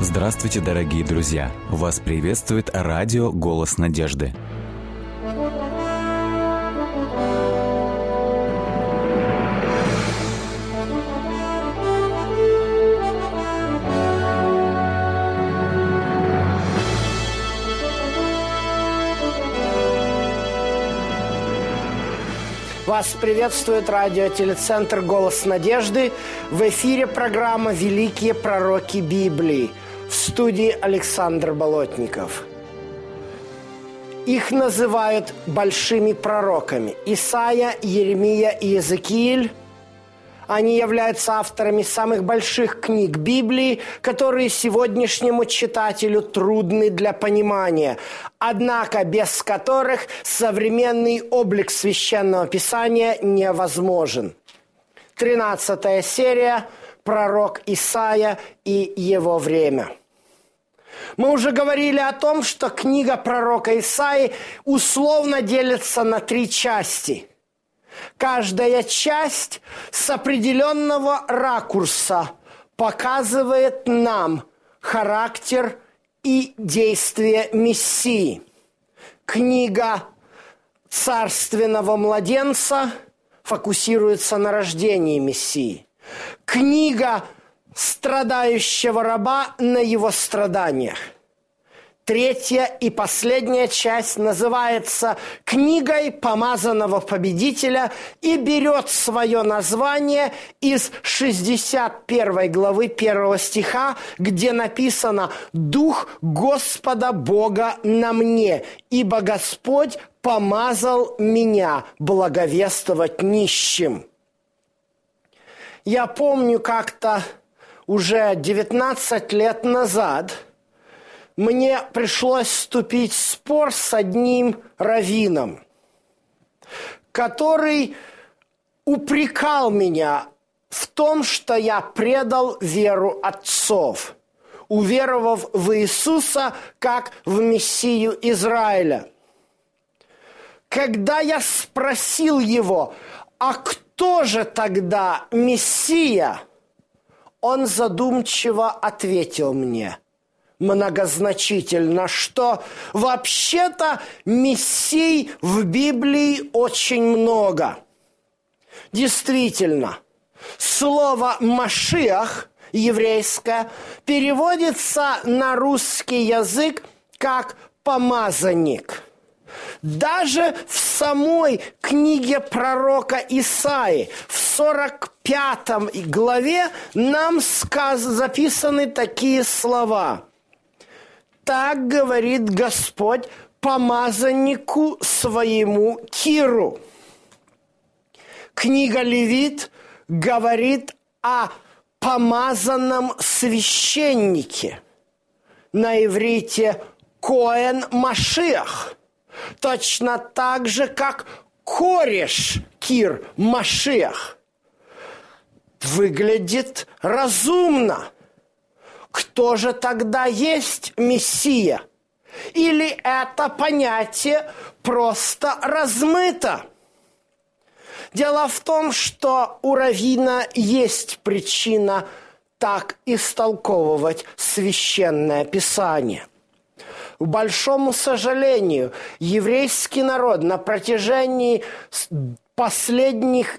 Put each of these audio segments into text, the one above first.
Здравствуйте, дорогие друзья! Вас приветствует радио «Голос надежды». Вас приветствует радиотелецентр «Голос надежды». В эфире программа «Великие пророки Библии». В студии Александр Болотников. Их называют большими пророками. Исаия, Иеремия и Иезекииль. Они являются авторами самых больших книг Библии, которые сегодняшнему читателю трудны для понимания, однако без которых современный облик Священного Писания невозможен. 13-я серия «Пророк Исаия и его время». Мы уже говорили о том, что книга пророка Исаии условно делится на 3 части. Каждая часть с определенного ракурса показывает нам характер и действие Мессии. Книга царственного младенца фокусируется на рождении Мессии. Книга страдающего раба на его страданиях. 3-я и последняя часть называется «Книгой помазанного победителя» и берет свое название из 61 главы 1 стиха, где написано «Дух Господа Бога на мне, ибо Господь помазал меня благовествовать нищим». Я помню, как-то уже 19 лет назад мне пришлось вступить в спор с одним раввином, который упрекал меня в том, что я предал веру отцов, уверовав в Иисуса как в Мессию Израиля. Когда я спросил его, а кто же тогда Мессия, он задумчиво ответил мне многозначительно, что вообще-то мессий в Библии очень много. Действительно, слово «машиах» еврейское переводится на русский язык как «помазанник». Даже в самой книге пророка Исаии, в 45 главе, нам записаны такие слова. «Так говорит Господь помазаннику своему Киру». Книга Левит говорит о помазанном священнике. На иврите «Коэн Машиах». Точно так же, как кореш Кир Машиах. Выглядит разумно. Кто же тогда есть Мессия? Или это понятие просто размыто? Дело в том, что у раввина есть причина так истолковывать Священное Писание. К большому сожалению, еврейский народ на протяжении последних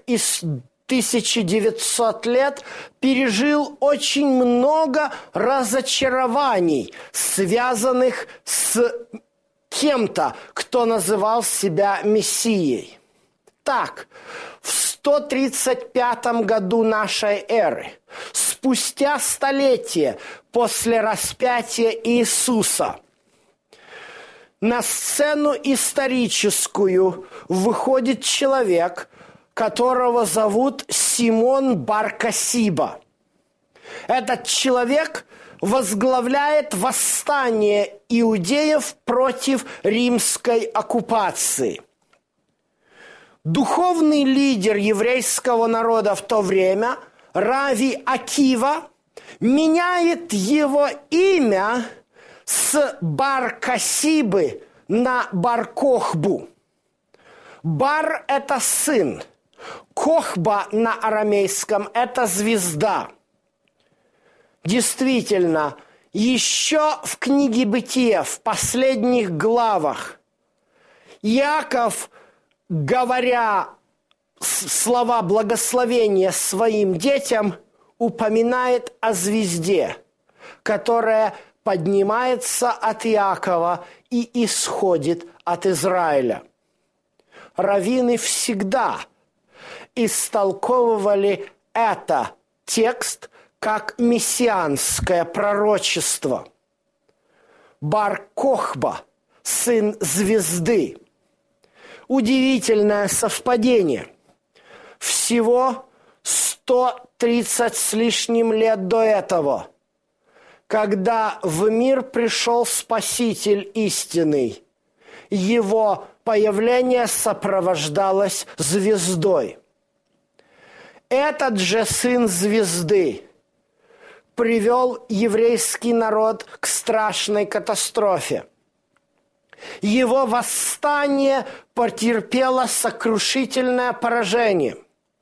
1900 лет пережил очень много разочарований, связанных с кем-то, кто называл себя Мессией. Так, в 135 году нашей эры, спустя столетие после распятия Иисуса, на сцену историческую выходит человек, которого зовут Симон бар-Косиба. Этот человек возглавляет восстание иудеев против римской оккупации. Духовный лидер еврейского народа в то время, Рави Акива, меняет его имя с бар-Косибы на бар-Кохбу. Бар – это сын. Кохба на арамейском – это звезда. Действительно, Еще в книге «Бытия», в последних главах, Иаков, говоря слова благословения своим детям, упоминает о звезде, которая поднимается от Иакова и исходит от Израиля. Раввины всегда истолковывали это текст как мессианское пророчество. Бар-Кохба, сын звезды. Удивительное совпадение. Всего 130 с лишним лет до этого, когда в мир пришел Спаситель истинный, его появление сопровождалось звездой. Этот же сын звезды привел еврейский народ к страшной катастрофе. Его восстание потерпело сокрушительное поражение.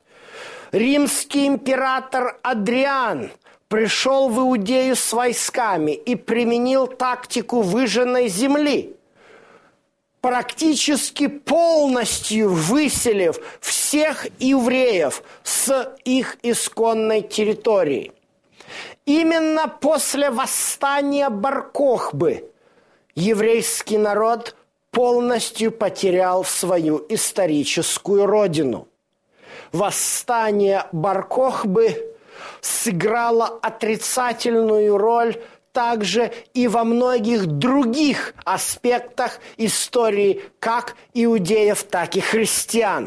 Римский император Адриан пришел в Иудею с войсками и применил тактику выжженной земли, практически полностью выселив всех евреев с их исконной территории. Именно после восстания Бар-Кохбы еврейский народ полностью потерял свою историческую родину. Восстание Бар-Кохбы сыграло отрицательную роль также и во многих других аспектах истории как иудеев, так и христиан.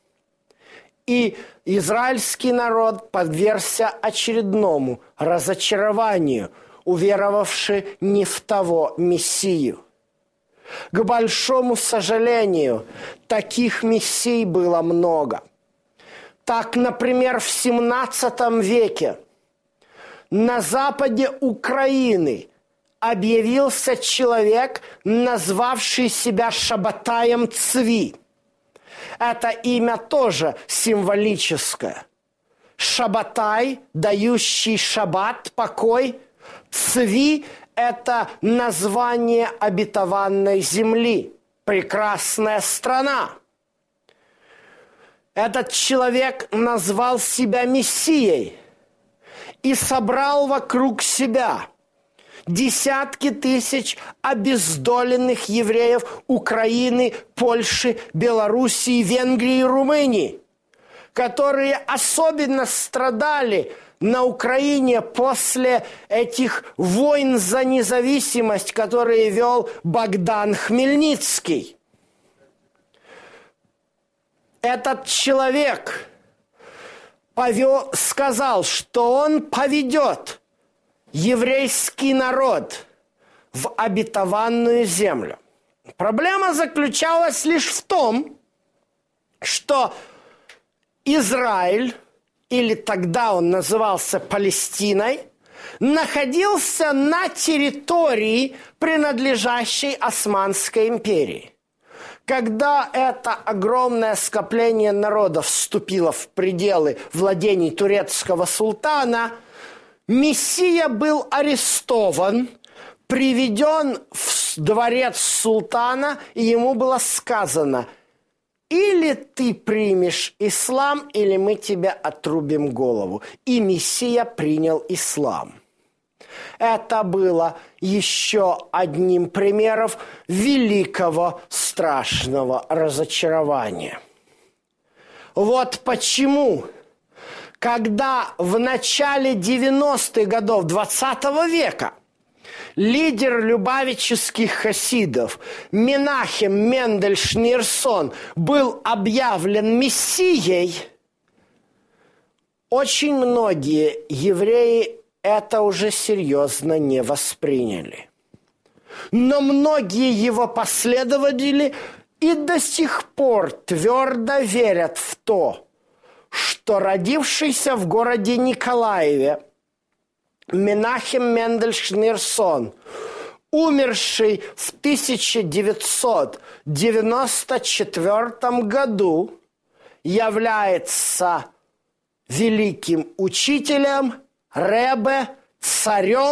И израильский народ подвергся очередному разочарованию, уверовавший не в того Мессию. К большому сожалению, таких мессий было много. Так, например, в 17 веке на западе Украины объявился человек, назвавший себя Шабатаем Цви. Это имя тоже символическое. Шабатай, дающий шаббат, покой. Цви – это название обетованной земли, прекрасная страна. Этот человек назвал себя Мессией и собрал вокруг себя десятки тысяч обездоленных евреев Украины, Польши, Белоруссии, Венгрии и Румынии, которые особенно страдали на Украине после этих войн за независимость, которые вел Богдан Хмельницкий. Этот человек сказал, что он поведет еврейский народ в обетованную землю. Проблема заключалась лишь в том, что Израиль, или тогда он назывался Палестиной, находился на территории, принадлежащей Османской империи. Когда это огромное скопление народов вступило в пределы владений турецкого султана, Мессия был арестован, приведен в дворец султана, и ему было сказано: или ты примешь ислам, или мы тебе отрубим голову. И Мессия принял ислам. Это было еще одним примером великого страшного разочарования. Вот почему, когда в начале 90-х годов 20 века лидер любавических хасидов Менахем Мендель Шнирсон был объявлен мессией, очень многие евреи это уже серьезно не восприняли. Но многие его последователи и до сих пор твердо верят в то, что родившийся в городе Николаеве Менахем Мендель Шнирсон, умерший в 1994 году, является великим учителем, ребе, царем,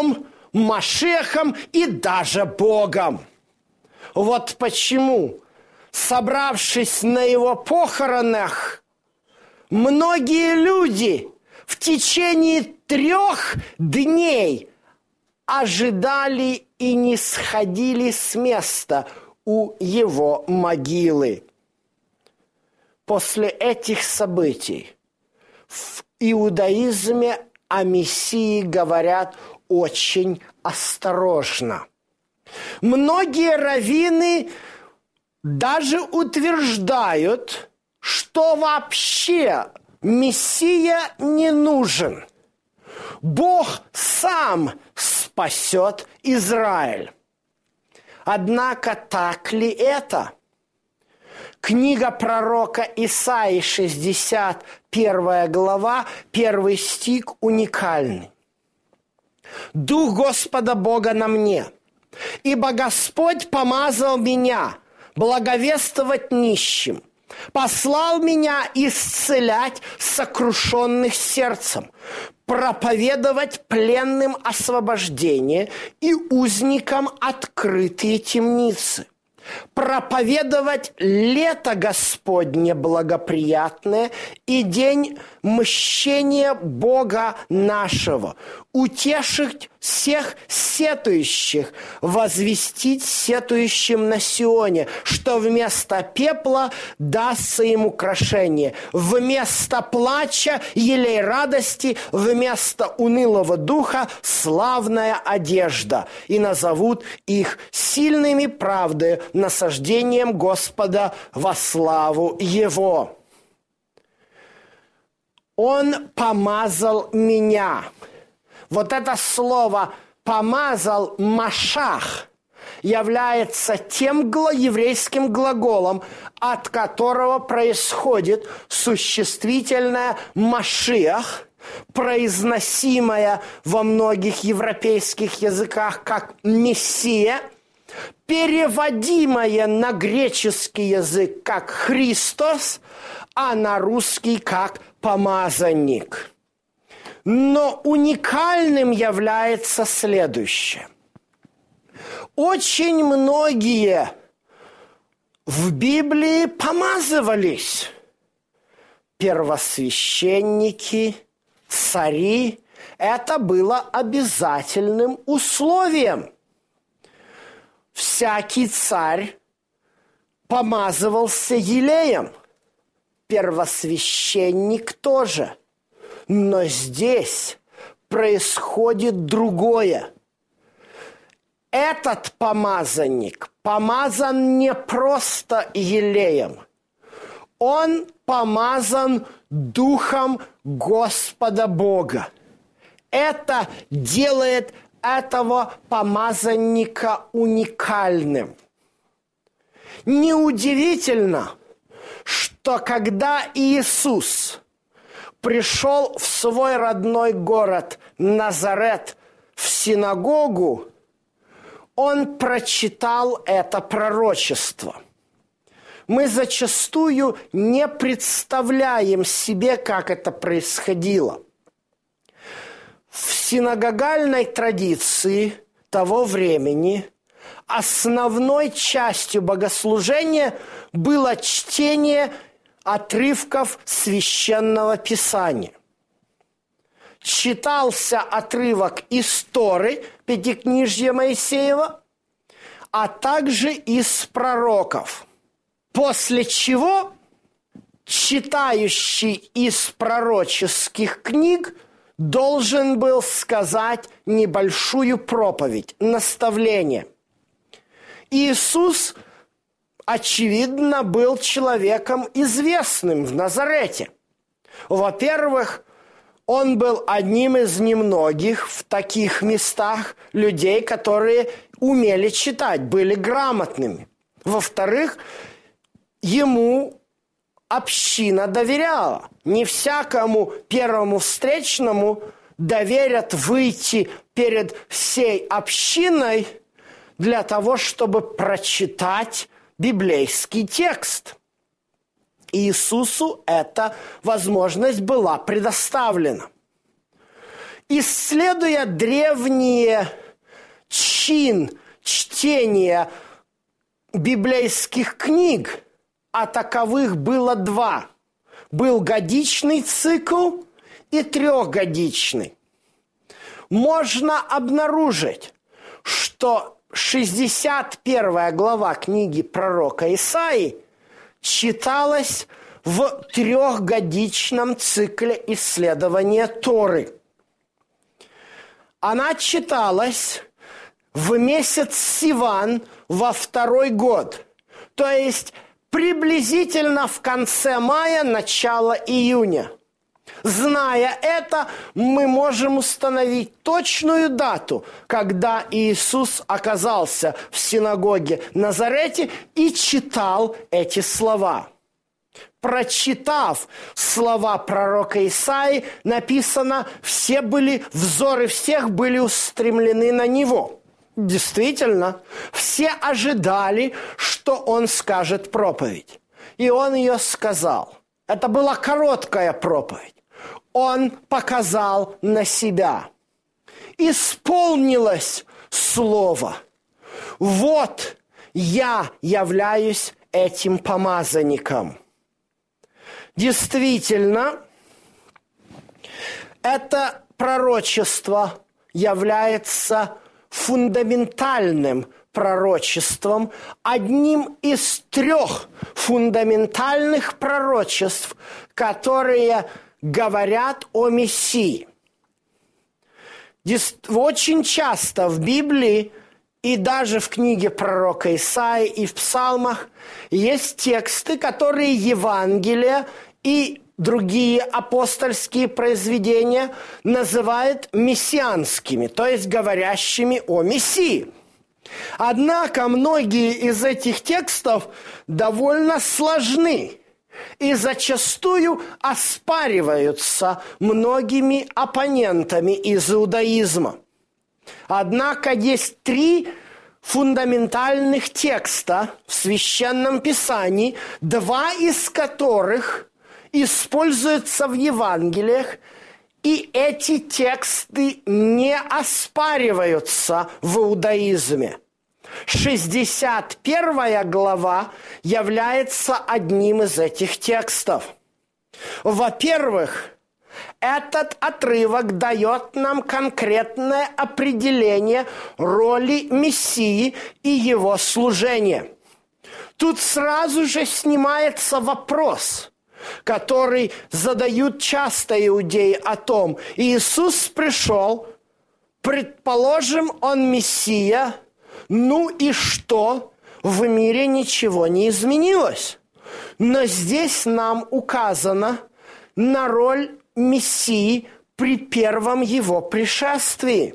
Машехом и даже Богом. Вот почему, собравшись на его похоронах, многие люди в течение 3 дней ожидали и не сходили с места у его могилы. После этих событий в иудаизме о Мессии говорят очень осторожно. Многие раввины даже утверждают, что вообще Мессия не нужен. Бог сам спасет Израиль. Однако так ли это? Книга пророка Исаии, 61 глава, 1 стих уникальный. «Дух Господа Бога на мне, ибо Господь помазал меня благовествовать нищим, послал меня исцелять сокрушенных сердцем, проповедовать пленным освобождение и узникам открытые темницы, проповедовать лето Господне благоприятное и день мщения Бога нашего, утешить всех сетующих, возвестить сетующим на Сионе, что вместо пепла дастся им украшение, вместо плача елей радости, вместо унылого духа славная одежда, и назовут их сильными правды, насаждением Господа во славу Его. Он помазал меня. Вот это слово «помазал» «машах» является тем еврейским глаголом, от которого происходит существительное «машиах», произносимое во многих европейских языках как «мессия», переводимое на греческий язык как «Христос», а на русский как «помазанник». Но уникальным является следующее. Очень многие в Библии помазывались. Первосвященники, цари. Это было обязательным условием. Всякий царь помазывался елеем. Первосвященник тоже. Но здесь происходит другое. Этот помазанник помазан не просто елеем. Он помазан Духом Господа Бога. Это делает этого помазанника уникальным. Неудивительно, что когда Иисус пришел в свой родной город Назарет в синагогу, он прочитал это пророчество. Мы зачастую не представляем себе, как это происходило. В синагогальной традиции того времени основной частью богослужения было чтение отрывков Священного Писания. Читался отрывок из Торы, Пятикнижья Моисеева, а также из пророков. После чего читающий из пророческих книг должен был сказать небольшую проповедь, наставление. Иисус, очевидно, был человеком известным в Назарете. Во-первых, он был одним из немногих в таких местах людей, которые умели читать, были грамотными. Во-вторых, ему община доверяла. Не всякому первому встречному доверят выйти перед всей общиной для того, чтобы прочитать библейский текст. Иисусу эта возможность была предоставлена. Исследуя древние причин чтения библейских книг, а таковых было два. Был годичный цикл и трехгодичный. Можно обнаружить, что 61 глава книги пророка Исаии читалась в трехгодичном цикле исследования Торы. Она читалась в месяц Сиван во 2-й год, то есть приблизительно в конце мая, начало июня. Зная это, мы можем установить точную дату, когда Иисус оказался в синагоге Назарете и читал эти слова. Прочитав слова пророка Исаии, написано, взоры всех были устремлены на него. Действительно, все ожидали, что он скажет проповедь. И он ее сказал. Это была короткая проповедь. Он показал на себя. Исполнилось слово. Вот я являюсь этим помазанником. Действительно, это пророчество является фундаментальным пророчеством, одним из 3 фундаментальных пророчеств, которые говорят о Мессии. Очень часто в Библии и даже в книге пророка Исаии и в псалмах есть тексты, которые Евангелие и другие апостольские произведения называют мессианскими, то есть говорящими о Мессии. Однако многие из этих текстов довольно сложны и зачастую оспариваются многими оппонентами из иудаизма. Однако есть 3 фундаментальных текста в Священном Писании, 2 из которых используются в Евангелиях, и эти тексты не оспариваются в иудаизме. 61 глава является одним из этих текстов. Во-первых, этот отрывок дает нам конкретное определение роли Мессии и его служения. Тут сразу же снимается вопрос, который задают часто иудеи о том: Иисус пришел, предположим, он Мессия, ну и что? В мире ничего не изменилось. Но здесь нам указано на роль Мессии при первом его пришествии.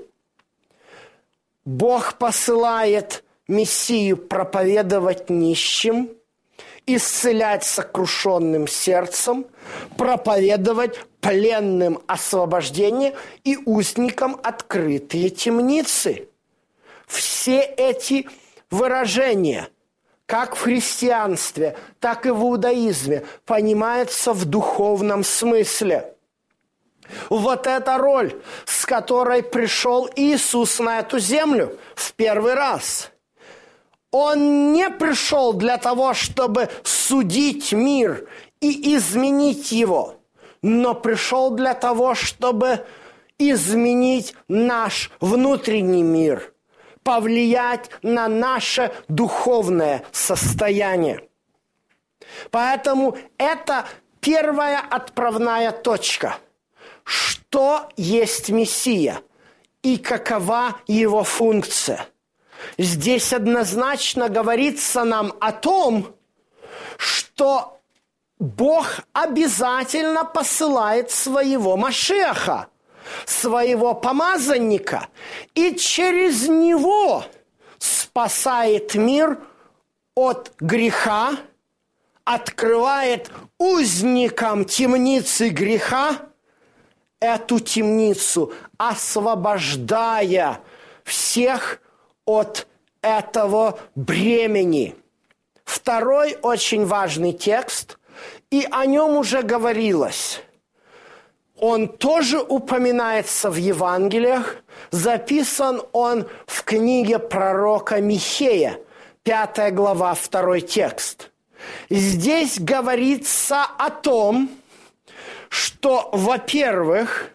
Бог посылает Мессию проповедовать нищим, исцелять сокрушенным сердцем, проповедовать пленным освобождение и узникам открытые темницы. Все эти выражения, как в христианстве, так и в иудаизме, понимаются в духовном смысле. Вот эта роль, с которой пришел Иисус на эту землю в первый раз. Он не пришел для того, чтобы судить мир и изменить его, но пришел для того, чтобы изменить наш внутренний мир, повлиять на наше духовное состояние. Поэтому это первая отправная точка. Что есть Мессия и какова его функция? Здесь однозначно говорится нам о том, что Бог обязательно посылает своего Машиаха, своего помазанника, и через него спасает мир от греха, открывает узникам темницы греха эту темницу, освобождая всех от этого бремени. Второй очень важный текст, и о нем уже говорилось. Он тоже упоминается в Евангелиях. Записан он в книге пророка Михея, 5 глава, 2 текст. Здесь говорится о том, что, во-первых,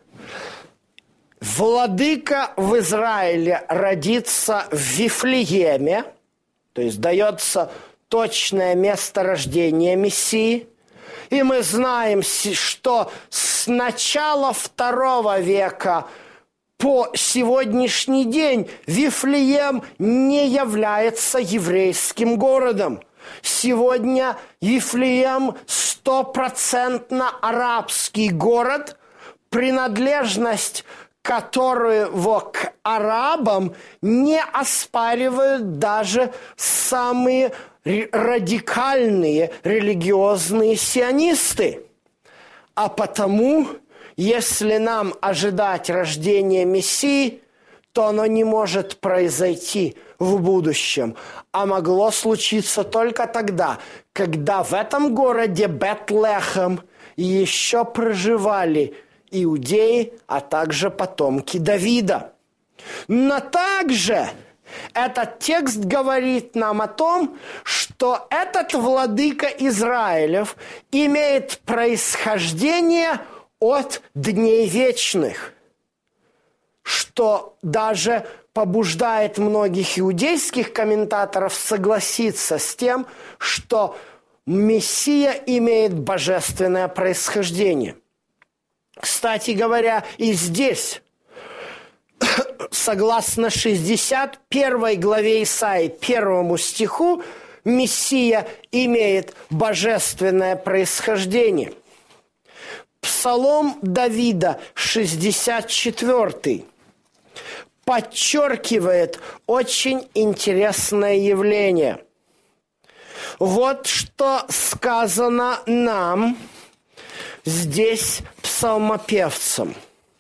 владыка в Израиле родится в Вифлееме, то есть дается точное место рождения Мессии. И мы знаем, что с начала II века по сегодняшний день Вифлеем не является еврейским городом. Сегодня Вифлеем 100% арабский город, принадлежность которого к арабам не оспаривают даже самые радикальные религиозные сионисты. А потому, если нам ожидать рождения Мессии, то оно не может произойти в будущем, а могло случиться только тогда, когда в этом городе Бетлехем еще проживали иудеи, а также потомки Давида. Но также этот текст говорит нам о том, что этот владыка Израилев имеет происхождение от дней вечных, что даже побуждает многих иудейских комментаторов согласиться с тем, что Мессия имеет божественное происхождение. Кстати говоря, и здесь, согласно 61 главе Исаии, 1 стиху, Мессия имеет божественное происхождение. Псалом Давида, 64, подчеркивает очень интересное явление. Вот что сказано нам здесь псалмопевцем.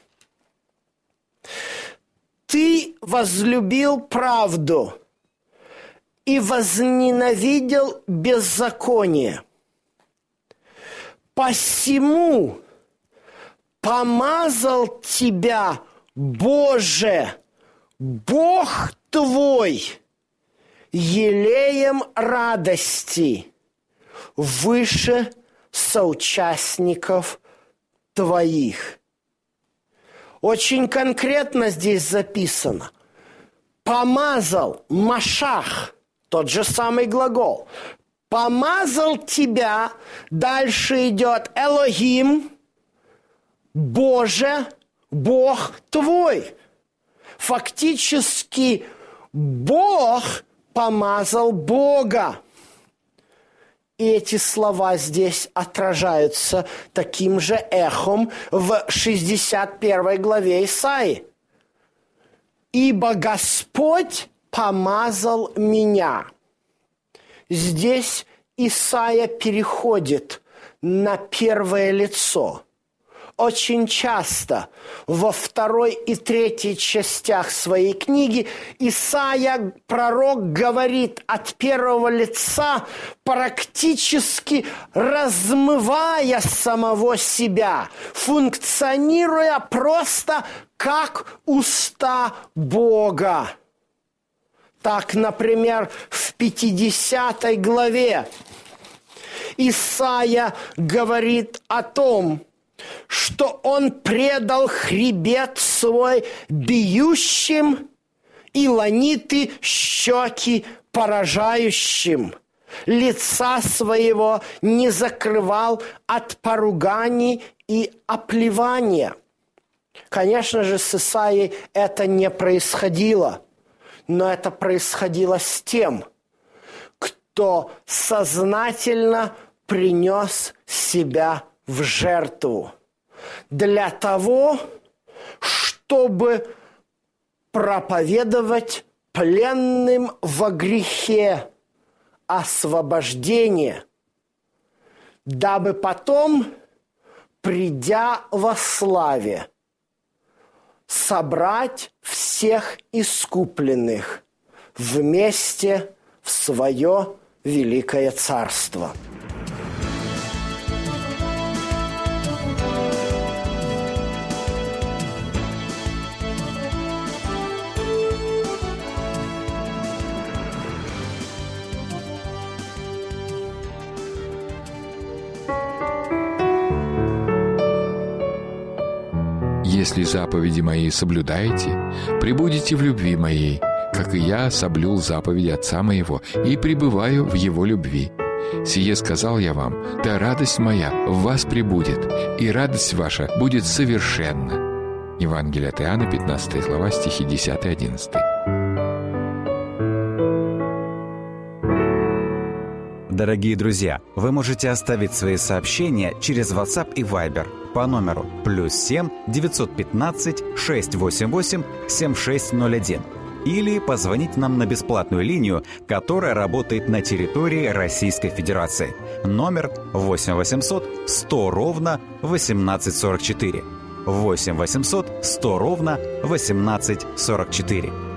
«Ты возлюбил правду и возненавидел беззаконие. Посему помазал тебя, Боже, Бог твой, елеем радости выше соучастников твоих». Очень конкретно здесь записано. Помазал, машах, тот же самый глагол. Помазал тебя, дальше идет Элохим, Боже, Бог твой. Фактически Бог помазал Бога. И эти слова здесь отражаются таким же эхом в 61 главе Исаии. «Ибо Господь помазал меня». Здесь Исаия переходит на первое лицо. Очень часто во 2 и 3 частях своей книги Исаия, пророк, говорит от первого лица, практически размывая самого себя, функционируя просто как уста Бога. Так, например, в 50 главе Исаия говорит о том, что он предал хребет свой бьющим и ланиты щеки поражающим. Лица своего не закрывал от поруганий и оплевания. Конечно же, с Исаией это не происходило, но это происходило с тем, кто сознательно принес себя в жертву для того, чтобы проповедовать пленным во грехе освобождение, дабы потом, придя во славе, собрать всех искупленных вместе в свое великое царство. Если заповеди мои соблюдаете, пребудете в любви моей, как и я соблюл заповеди Отца моего и пребываю в Его любви. Сие сказал я вам, да радость моя в вас пребудет, и радость ваша будет совершенна». Евангелие от Иоанна, 15 глава, стихи 10-11. Дорогие друзья, вы можете оставить свои сообщения через WhatsApp и Viber по номеру +7 915 688 7601 или позвонить нам на бесплатную линию, которая работает на территории Российской Федерации. Номер 8 800 100 ровно 1844. 8 800 100 ровно 1844.